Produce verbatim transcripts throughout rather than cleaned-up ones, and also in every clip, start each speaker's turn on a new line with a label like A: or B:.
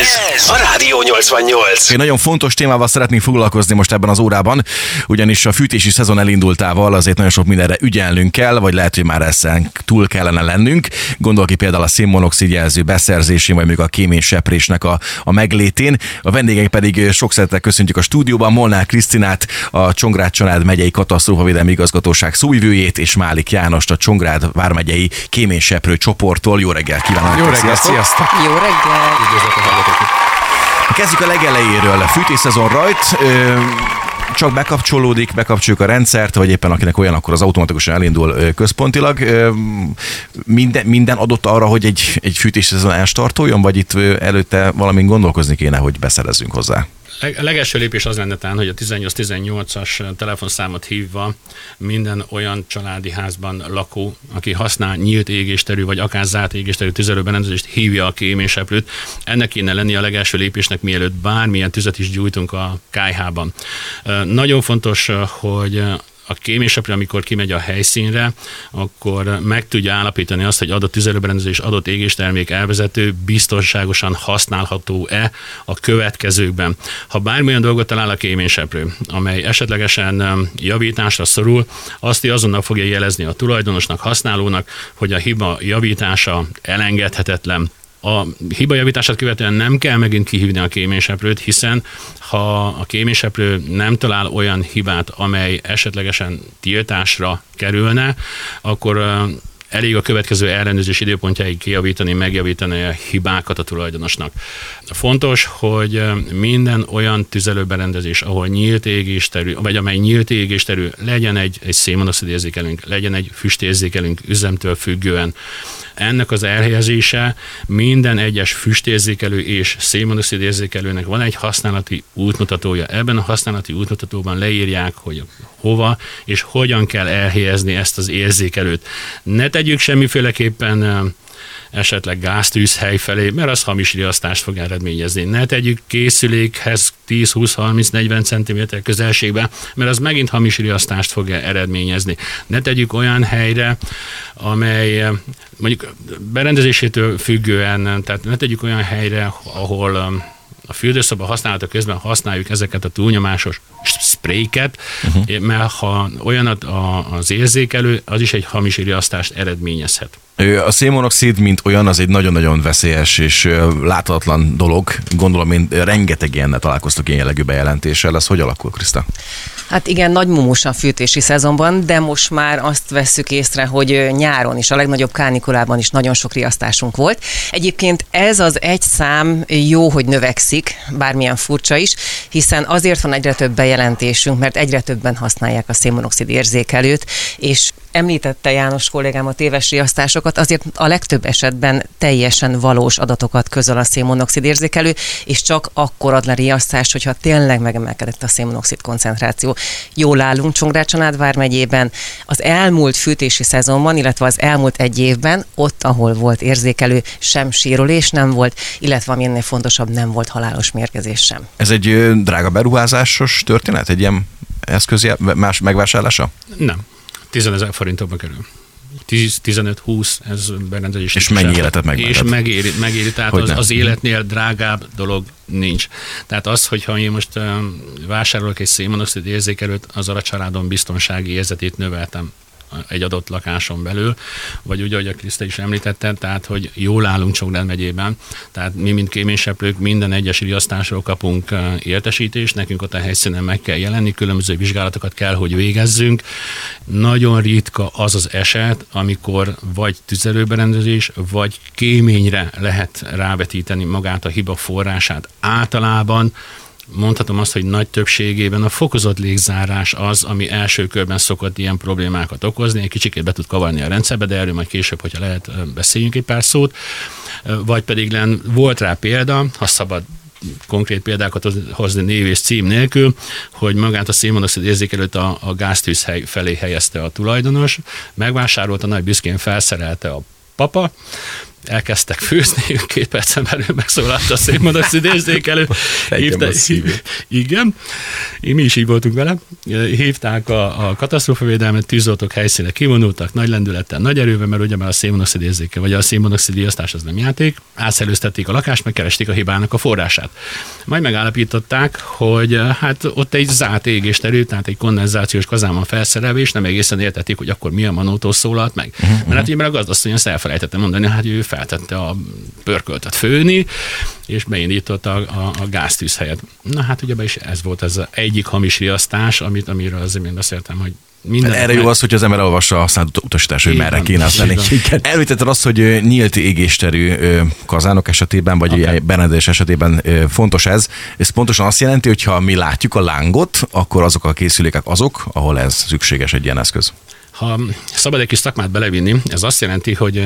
A: Ez a Rádió nyolcvannyolc.
B: Egy nagyon fontos témával szeretnénk foglalkozni most ebben az órában, ugyanis a fűtési szezon elindultával azért nagyon sok mindenre ügyelnünk kell, vagy lehet, hogy már ezen túl kellene lennünk. Gondolok ki például a szénmonoxid jelző beszerzésén, vagy még a kéményseprésnek a, a meglétén. A vendégeink pedig sok szeretettel köszöntjük a stúdióban Molnár Krisztinát, a Csongrád-Csanád megyei katasztrófavédelmi igazgatóság szóvivőjét, és Málik Jánost, a Csongrád vármegyei kéményseprő csoporttól. Jó reggelt kívánok!
C: Jó reggelt, sziasztok!
D: Jó reggelt!
C: Üdvözlök a hallgatókat!
B: Kezdjük a legelejéről. Fűtésszezon rajt. Ö, csak bekapcsolódik, bekapcsoljuk a rendszert, vagy éppen akinek olyan, akkor az automatikusan elindul központilag. Minden, minden adott arra, hogy egy, egy fűtésszezon elstartoljon, vagy itt előtte valamin gondolkozni kéne, hogy beszerezzünk hozzá?
C: A legelső lépés az lenne talán, hogy a tizennyolc tizennyolcas telefonszámot hívva minden olyan családi házban lakó, aki használ nyílt égésterű, vagy akár zárt égésterű tüzelőberendezést, hívja a kéményseprőt. Ennek kéne lenni a legelső lépésnek, mielőtt bármilyen tüzet is gyújtunk a kályhában. Nagyon fontos, hogy a kéményseprő, amikor kimegy a helyszínre, akkor meg tudja állapítani azt, hogy adott tüzelőberendezés, adott égéstermék elvezető biztonságosan használható-e a következőkben. Ha bármilyen dolgot talál a kéményseprő, amely esetlegesen javításra szorul, azt azonnal fogja jelezni a tulajdonosnak, használónak, hogy a hiba javítása elengedhetetlen. A hibajavítását követően nem kell megint kihívni a kéményseprőt, hiszen ha a kéményseprő nem talál olyan hibát, amely esetlegesen tiltásra kerülne, akkor elég a következő ellenőrzés időpontjáig kijavítani, megjavítani a hibákat a tulajdonosnak. Fontos, hogy minden olyan tüzelőberendezés, ahol nyílt égésterű, vagy amely nyílt égésterű, legyen egy, egy szénmonoxid érzékelőnk, legyen egy füstérzékelőnk üzemtől függően. Ennek az elhelyezése minden egyes füstérzékelő és szénmonoxid érzékelőnek van egy használati útmutatója. Ebben a használati útmutatóban leírják, hogy hova és hogyan kell elhelyezni ezt az érzékelőt. Ne tegyük semmiféleképpen esetleg gáztűzhely felé, mert az hamis riasztást fog eredményezni. Ne tegyük készülékhez tíz, húsz, harminc, negyven centiméter közelségben, mert az megint hamis riasztást fog erredményezni. Ne tegyük olyan helyre, amely mondjuk berendezésétől függően, tehát ne tegyük olyan helyre, ahol a fürdőszoba használata közben használjuk ezeket a túlnyomásos spréket, uh-huh. mert ha olyan az érzékelő, az is egy hamis riasztást eredményezhet.
B: A szénmonoxid, mint olyan, az egy nagyon-nagyon veszélyes és láthatatlan dolog. Gondolom, én rengeteg ilyennel találkoztok ilyen jellegű bejelentéssel. Ez hogy alakul, Kriszta?
D: Hát igen, nagy mumus a fűtési szezonban, de most már azt vesszük észre, hogy nyáron is, a legnagyobb kánikulában is nagyon sok riasztásunk volt. Egyébként ez az egy szám jó, hogy növekszik, bármilyen furcsa is, hiszen azért van egyre több bejelentésünk, mert egyre többen használják a szénmonoxid érzékelőt, és említette János kollégám a téves riasztásokat, azért a legtöbb esetben teljesen valós adatokat közöl a szénmonoxid érzékelő, és csak akkor ad le riasztást, hogyha tényleg megemelkedett a szénmonoxid koncentráció. Jól állunk Csongrád-Csanád vármegyében. Az elmúlt fűtési szezonban, illetve az elmúlt egy évben, ott, ahol volt érzékelő, sem sérülés nem volt, illetve ami ennél fontosabb, nem volt halálos mérgezés sem. Ez egy ö, drága beruházásos történet? Egy ilyen eszköz más megvásárlása?
C: Nem. tízezer forintokba kerül. tíz, tizenöt, húsz, ez berendezés.
B: És mennyi életet megmentett?
C: És megéri, megéri tehát az, az életnél drágább dolog nincs. Tehát az, hogyha én most uh, vásárolok egy szénmonoxid érzékelőt, azzal a családom biztonsági érzetét növeltem egy adott lakáson belül, vagy úgy, ahogy a Kriszta is említette, tehát, hogy jól állunk Csongrád megyében, tehát mi, mint kéményseprők, minden egyes riasztásról kapunk értesítést, nekünk ott a helyszínen meg kell jelenni, különböző vizsgálatokat kell, hogy végezzünk. Nagyon ritka az az eset, amikor vagy tüzelőberendezés, vagy kéményre lehet rávetíteni magát a hiba forrását. Általában mondhatom azt, hogy nagy többségében a fokozott légzárás az, ami első körben szokott ilyen problémákat okozni, egy kicsikét be tud kavarni a rendszerbe, de erről majd később, hogyha lehet, beszéljünk egy pár szót. Vagy pedig len, volt rá példa, ha szabad konkrét példákat hozni név és cím nélkül, hogy magát a szénmonoxid érzékelőt a, a gáztűzhely felé helyezte a tulajdonos, megvásárolta, nagy büszkén felszerelte a papa, elkezdtek főzni, két percen belül megszólalt a szénmonoxid érzékelő. Igen, mi is így voltunk vele. Hívták a, a katasztrófavédelmet, tűzoltók helyszíne kivonultak, nagy lendülettel, nagy erővel, mert ugye már a szénmonoxid érzéke, vagy a szénmonoxid riasztás az nem játék. Átszelőztették a lakást, meg keresték a hibának a forrását. Majd megállapították, hogy hát ott egy zárt égésterű, tehát egy kondenzációs kazánban felszerelve, és nem egészen értették, hogy akkor mi a manótól szólalt meg. Uh-huh. Mert hát ugye a gazdasszony azt elfelejtette mondani, hát ő feltette a pörköltet főni, és beindította a, a, a gáztűz helyet. Na hát ugye is ez volt ez az egyik hamis riasztás, amit, amiről az imént beszéltem, hogy minden.
B: Erre jó az, hogy az ember olvassa a szánt utasítás, hogy merre kéne használni. Elvittetted azt, hogy nyílt égésterű kazánok esetében, vagy okay. berendezés esetében fontos ez. Ez pontosan azt jelenti, hogy ha mi látjuk a lángot, akkor azok a készülékek azok, ahol ez szükséges egy ilyen eszköz.
C: Ha szabad egy kis szakmát belevinni, ez azt jelenti, hogy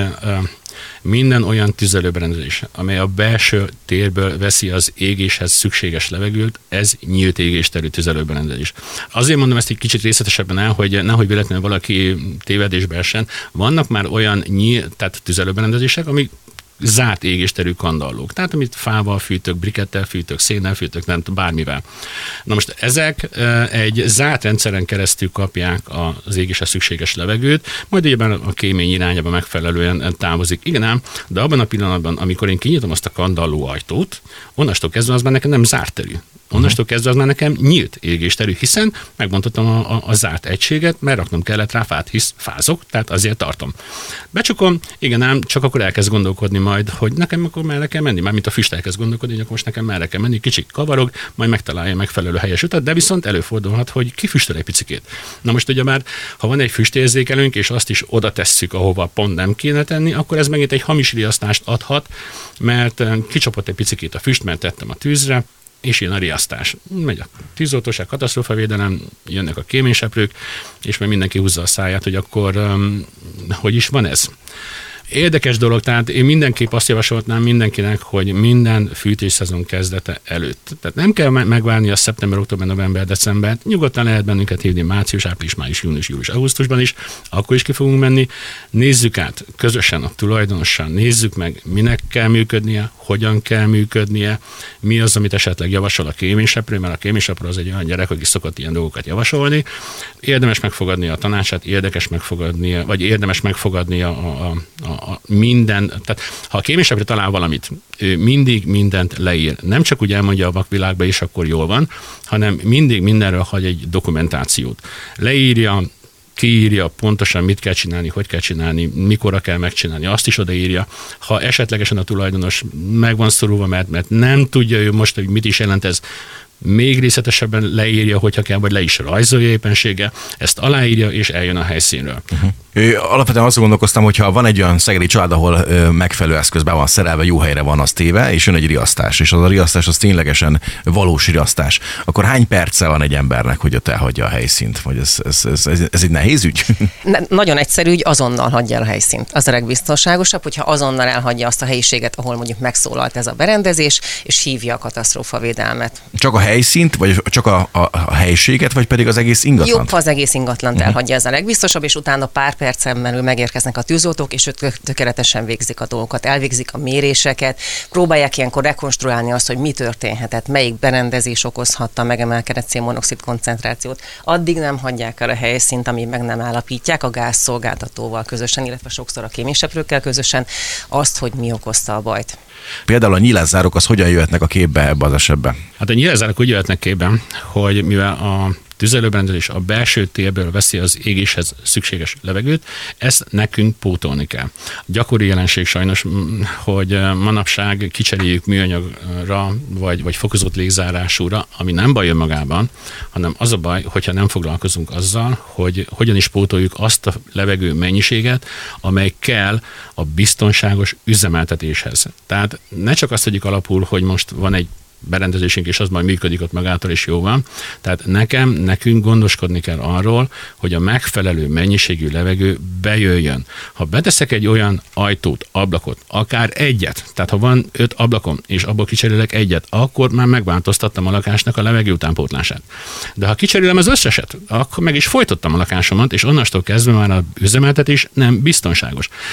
C: minden olyan tüzelőberendezés, amely a belső térből veszi az égéshez szükséges levegőt, ez nyílt égésterű tüzelőberendezés. Azért mondom ezt egy kicsit részletesebben el, hogy nehogy véletlenül valaki tévedésbe essen. Vannak már olyan nyílt, tehát tüzelőberendezések, amik zárt égésterű kandallók. Tehát amit fával fűtök, brikettel fűtök, szénnel fűtök, nem bármivel. Na most ezek egy zárt rendszeren keresztül kapják az égéshez szükséges levegőt, majd ugye a kémény irányába megfelelően távozik. Igen ám, de abban a pillanatban, amikor én kinyitom azt a kandalló ajtót, onnastól kezdve az már nekem nem zárt terű. Onnastól kezdve az már nekem nyílt égésterű, hiszen megbontottam a, a, a zárt egységet, mert raknom kellett rá fát, hisz fázok, tehát azért tartom. Becsukom, igen ám, csak akkor elkezd gondolkodni majd, hogy nekem akkor merre kell menni, mármint a füst elkezd gondolkodni, hogy akkor most nekem merre kell menni, kicsit kavarog, majd megtalálja megfelelő helyes utat, de viszont előfordulhat, hogy kifüstöl egy picikét. Na most ugye már, ha van egy füstérzékelőnk, és azt is oda tesszük, ahova pont nem kéne tenni, akkor ez megint egy hamis riasztást adhat, mert kicsapott egy picikét a füst, mert tettem a tűzre, és jön a riasztás. Megy a tűzoltóság, katasztrófavédelem, jönnek a kéményseprők, és meg mindenki húzza a száját, hogy akkor um, hogy is van ez. Érdekes dolog, tehát én mindenképp azt javasoltnám mindenkinek, hogy minden fűtésszezon kezdete előtt. Tehát nem kell megvárni a szeptember, október, november, december, nyugodtan lehet bennünket hívni március, április, május, június, július, augusztusban is, akkor is ki fogunk menni. Nézzük át közösen a tulajdonossal, nézzük meg, minek kell működnie, hogyan kell működnie, mi az, amit esetleg javasol a kéményseprő, mert a kéményseprő az egy olyan gyerek, aki szokott ilyen dolgokat javasolni. Érdemes megfogadni a tanácsát, érdekes megfogadni, vagy érdemes megfogadni a, a, a, a minden, tehát ha a kéményseprő talál valamit, ő mindig mindent leír. Nem csak úgy elmondja a vakvilágba, és akkor jól van, hanem mindig mindenről hagy egy dokumentációt. Leírja, kiírja pontosan, mit kell csinálni, hogy kell csinálni, mikorra kell megcsinálni, azt is odaírja. Ha esetlegesen a tulajdonos meg van szorulva, mert, mert nem tudja ő most, hogy mit is jelent ez, még részletesebben leírja, hogyha kell, vagy le is rajzolja éppenséggel, ezt aláírja, és eljön a helyszínről. Uh-huh.
B: Alapvetően azt gondolkoztam, hogy ha van egy olyan szegedi család, ahol ö, megfelelő eszköz be van szerelve, jó helyre van az téve, és jön egy riasztás, és az a riasztás az ténylegesen valós riasztás, akkor hány perce van egy embernek, hogy ott elhagyja a helyszínt? Vagy ez, ez, ez, ez, ez egy nehéz ügy? Ne,
D: nagyon egyszerű ügy, azonnal hagyja el a helyszínt. Az a legbiztonságosabb, hogyha azonnal elhagyja azt a helyiséget, ahol mondjuk megszólalt ez a berendezés, és hívja a katasztrófavédelmet.
B: Csak a helyszínt, vagy csak a, a, a helyiséget, vagy pedig az egész ingatlant?
D: Jobb, az egész ingatlant uh-huh. elhagyja, ez a legbiztosabb, és utána pár percen belül megérkeznek a tűzoltók, és ők tökéletesen végzik a dolgokat, elvégzik a méréseket, próbálják ilyenkor rekonstruálni azt, hogy mi történhetett, melyik berendezés okozhatta a megemelkedett szénmonoxid koncentrációt. Addig nem hagyják el a helyszínt, amíg meg nem állapítják a gázszolgáltatóval közösen, illetve sokszor a kéményseprőkkel közösen azt, hogy mi okozta a bajt.
B: Például a nyílászárok az hogyan jöhetnek a képbe ebbe az esetben?
C: Hát a nyílászárok úgy jöhetnek képbe, hogy mivel a tüzelőberendezés a belső térből veszi az égéshez szükséges levegőt, ezt nekünk pótolni kell. Gyakori jelenség sajnos, hogy manapság kicseréljük műanyagra, vagy, vagy fokozott légzárásúra, ami nem baj önmagában, hanem az a baj, hogyha nem foglalkozunk azzal, hogy hogyan is pótoljuk azt a levegő mennyiséget, amely kell a biztonságos üzemeltetéshez. Tehát ne csak azt vegyük alapul, hogy most van egy berendezésünk, és az majd működik ott magától, és jó van. Tehát nekem, nekünk gondoskodni kell arról, hogy a megfelelő mennyiségű levegő bejöjjön. Ha beteszek egy olyan ajtót, ablakot, akár egyet, tehát ha van öt ablakom, és abból kicserélek egyet, akkor már megváltoztattam a lakásnak a levegő utánpótlását. De ha kicserélem az összeset, akkor meg is folytottam a lakásomat, és onnastól kezdve már az üzemeltetés nem biztonságos.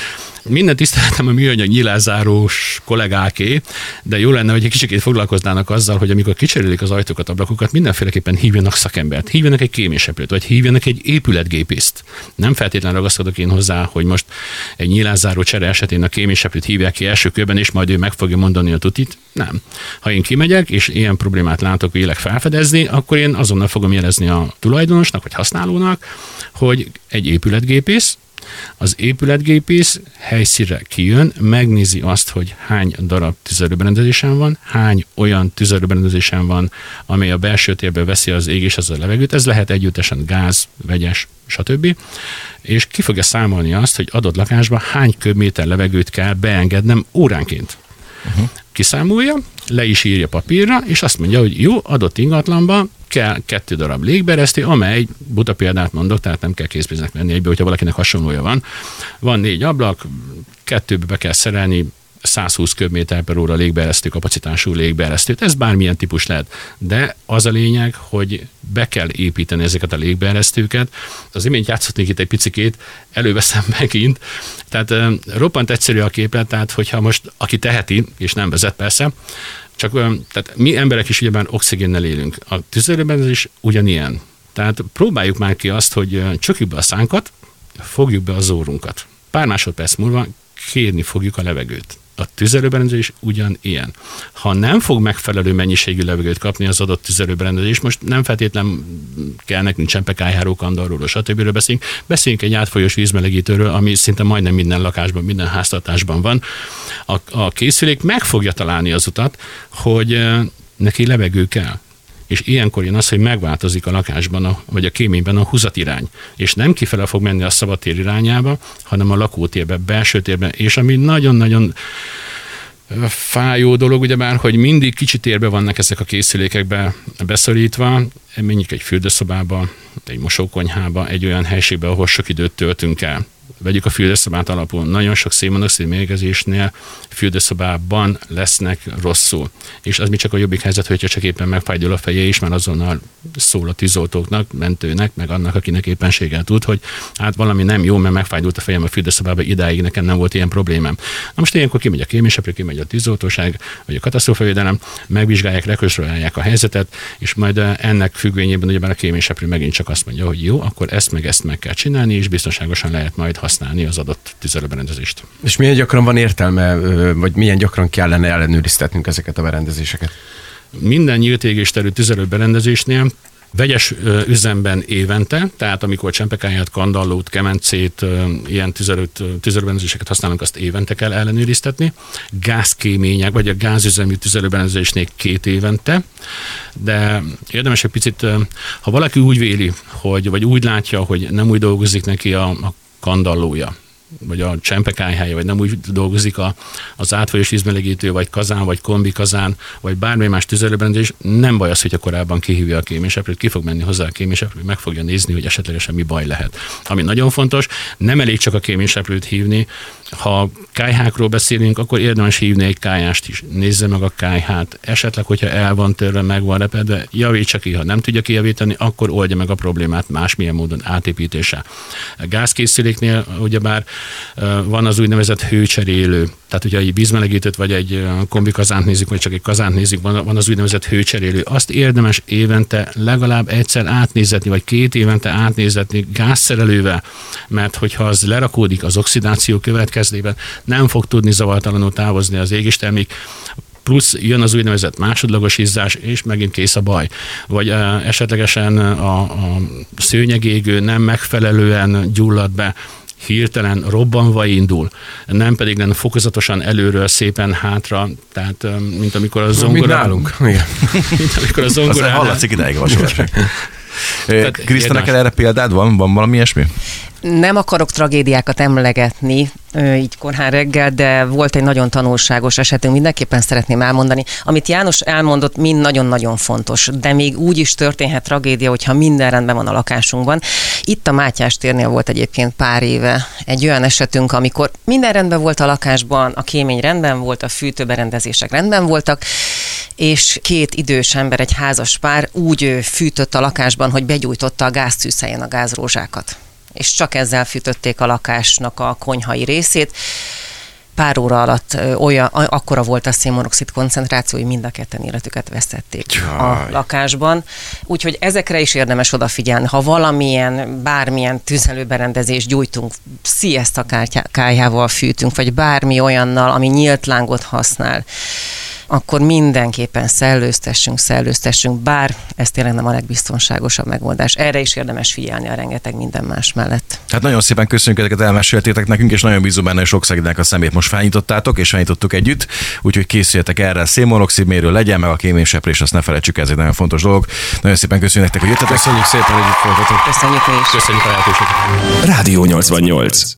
C: Minden tiszteletem a műanyag nyílászárós kollégáké, de jó lenne, hogy egy kicsit foglalkoznának azzal, hogy amikor kicserélik az ajtókat, ablakokat, mindenféleképpen hívjanak szakembert, hívjanak egy kéményseprőt, vagy hívjanak egy épületgépészt. Nem feltétlenül ragaszkodok én hozzá, hogy most egy nyílászáró csere esetén a kéményseprőt hívják ki első körben, és majd ő meg fogja mondani a tutit. Nem. Ha én kimegyek, és ilyen problémát látok vélek felfedezni, akkor én azonnal fogom jelezni a tulajdonosnak, vagy használónak, hogy egy épületgépész, az épületgépész helyszínre kijön, megnézi azt, hogy hány darab tüzelőberendezésen van, hány olyan tüzelőberendezésen van, amely a belső térben veszi az ég és az a levegőt. Ez lehet együttesen gáz, vegyes, stb. És ki fogja számolni azt, hogy adott lakásban hány köbméter levegőt kell beengednem óránként. Uh-huh. Kiszámolja, le is írja papírra, és azt mondja, hogy jó, adott ingatlanban kell kettő darab légbeeresztő, amely, buta példát mondok, tehát nem kell készpénznek venni egybe, hogyha valakinek hasonlója van. Van négy ablak, kettőbe be kell szerelni száz húsz köbméter per óra légbeeresztő kapacitású légbeeresztőt. Ez bármilyen típus lehet, de az a lényeg, hogy be kell építeni ezeket a légbeeresztőket. Az imént játszottunk itt egy picikét, előveszem megint. Tehát roppant egyszerű a képlet, tehát hogyha most, aki teheti, és nem vezet persze, csak tehát mi emberek is ugyebár oxigénnel élünk. A tüzelőberendezés ugyanilyen. Tehát próbáljuk már ki azt, hogy csukjuk be a szánkat, fogjuk be az órunkat. Pár másodperc múlva kérni fogjuk a levegőt. A tüzelőberendezés ugyanilyen. Ha nem fog megfelelő mennyiségű levegőt kapni az adott tüzelőberendezés, most nem feltétlen kell nekünk csempekájháról, kandalról, stb. Beszélünk, beszéljünk egy átfolyós vízmelegítőről, ami szinte majdnem minden lakásban, minden háztartásban van. A, a készülék meg fogja találni az utat, hogy neki levegő kell. És ilyenkor jön az, hogy megváltozik a lakásban, a, vagy a kéményben a húzatirány. És nem kifele fog menni a szabadtér irányába, hanem a lakótérbe, belső térben. És ami nagyon-nagyon fájó dolog, ugyebár, hogy mindig kicsi térbe vannak ezek a készülékekbe beszorítva, menjünk egy fürdőszobába, egy mosókonyhába, egy olyan helységbe, ahol sok időt töltünk el. Vegyük a fürdőszobát alapul. Nagyon sok szénmonoxid mérgezésnél fürdőszobában lesznek rosszul. És az mi csak a jobbik helyzet, hogyha csak éppen megfájdul a feje is, mert azonnal szól a tűzoltóknak, mentőnek, meg annak, akinek éppenséggel tud, hogy hát valami nem jó, mert megfájdult a fejem a fürdőszobában, idáig nekem nem volt ilyen problémám. Na most ilyenkor kimegy a kéményseprő, kimegy a tűzoltóság, vagy a katasztrófavédelem, megvizsgálják, rekonstruálják a helyzetet, és majd ennek függvényében ugyebár a kéményseprő megint csak azt mondja, hogy jó, akkor ezt meg ezt meg kell csinálni, és biztonságosan lehet majd használni az adott tüzelőberendezést.
E: És milyen gyakran van értelme, vagy milyen gyakran kellene ellenőriztetnünk ezeket a berendezéseket?
C: Minden nyílt égésterű tüzelőberendezésnél vegyes üzemben évente, tehát amikor csempekáját, kandallót, kemencét, ilyen tüzelőt, tüzelőberendezéseket használunk, azt évente kell ellenőriztetni. Gázkémények, vagy a gázüzemű tüzelőberendezésnél két évente, de érdemes egy picit, ha valaki úgy véli, hogy, vagy úgy látja, hogy nem úgy dolgozik neki a, a kandallója, vagy a csempekájhája, vagy nem úgy dolgozik a, az átfolyós vízmelegítő, vagy kazán, vagy kombi kazán, vagy bármely más tüzelőberendezés, nem baj az, hogyha korábban kihívja a kéményseprőt, ki fog menni hozzá a kéményseprő, meg fogja nézni, hogy esetlegesen mi baj lehet. Ami nagyon fontos, nem elég csak a kéményseprőt hívni, ha kájhákról beszélünk, akkor érdemes hívni egy kályást is. Nézze meg a kájhát, esetleg, hogyha el van törve, meg van repedve, javítsa ki, ha nem tudja kijavítani, akkor oldja meg a problémát másmilyen módon átépítése. A gázkészüléknél ugyebár van az úgynevezett hőcserélő. Tehát, hogyha egy vízmelegítőt vagy egy kombikazánt nézik, vagy csak egy kazánt nézik, van, van az úgynevezett hőcserélő. Azt érdemes évente legalább egyszer átnézetni, vagy két évente átnézetni gázszerelővel, mert hogyha az lerakódik az oxidáció következtében, nem fog tudni zavartalanul távozni az égéstermék, plusz jön az úgynevezett másodlagos izzás, és megint kész a baj. Vagy uh, esetlegesen a, a szőnyegégő nem megfelelően gyullad be, hirtelen robbanva indul, nem pedig nem fokozatosan előről szépen hátra, tehát mint amikor a zongora...
E: Mint nálunk. Igen.
C: Mint amikor a zongora...
B: Aztán hallatszik ideig a Kriszta, neked erre példád van? Van valami ilyesmi?
D: Nem akarok tragédiákat emlegetni, így korán reggel, de volt egy nagyon tanulságos esetünk, mindenképpen szeretném elmondani. Amit János elmondott, mind nagyon-nagyon fontos, de még úgy is történhet tragédia, hogyha minden rendben van a lakásunkban. Itt a Mátyás térnél volt egyébként pár éve egy olyan esetünk, amikor minden rendben volt a lakásban, a kémény rendben volt, a fűtőberendezések rendben voltak, és két idős ember, egy házas pár úgy fűtött a lakásban, hogy begyújtotta a gáztűzhelyen a gázrózsákat. és csak ezzel fűtötték a lakásnak a konyhai részét. Pár óra alatt olyan, akkora volt a szénmonoxid koncentráció, hogy mind a ketten életüket vesztették
B: Jaj.
D: a lakásban. Úgyhogy ezekre is érdemes odafigyelni. Ha valamilyen, bármilyen tüzelőberendezést gyújtunk, sziasztakályával fűtünk, vagy bármi olyannal, ami nyílt lángot használ, akkor mindenképpen szellőztessünk, szellőztessünk, bár ez tényleg nem a legbiztonságosabb megoldás. Erre is érdemes figyelni a rengeteg minden más mellett.
B: Hát nagyon szépen köszönjük, ezeket elmeséltétek nekünk, és nagyon bízom benne, hogy sok szegednek a szemét most felnyitottátok, és felnyitottuk együtt, úgyhogy készüljetek erre, szénmonoxid mérő legyen, meg a kéményseprés, azt ne felejtsük, ez egy nagyon fontos dolog. Nagyon szépen köszönjük nektek, hogy jöttetek.
E: Köszönjük szépen, hogy itt voltatok.
D: Köszönjük mi is.
C: Köszönjük a lehetőséget.
A: Rádió nyolcvannyolc.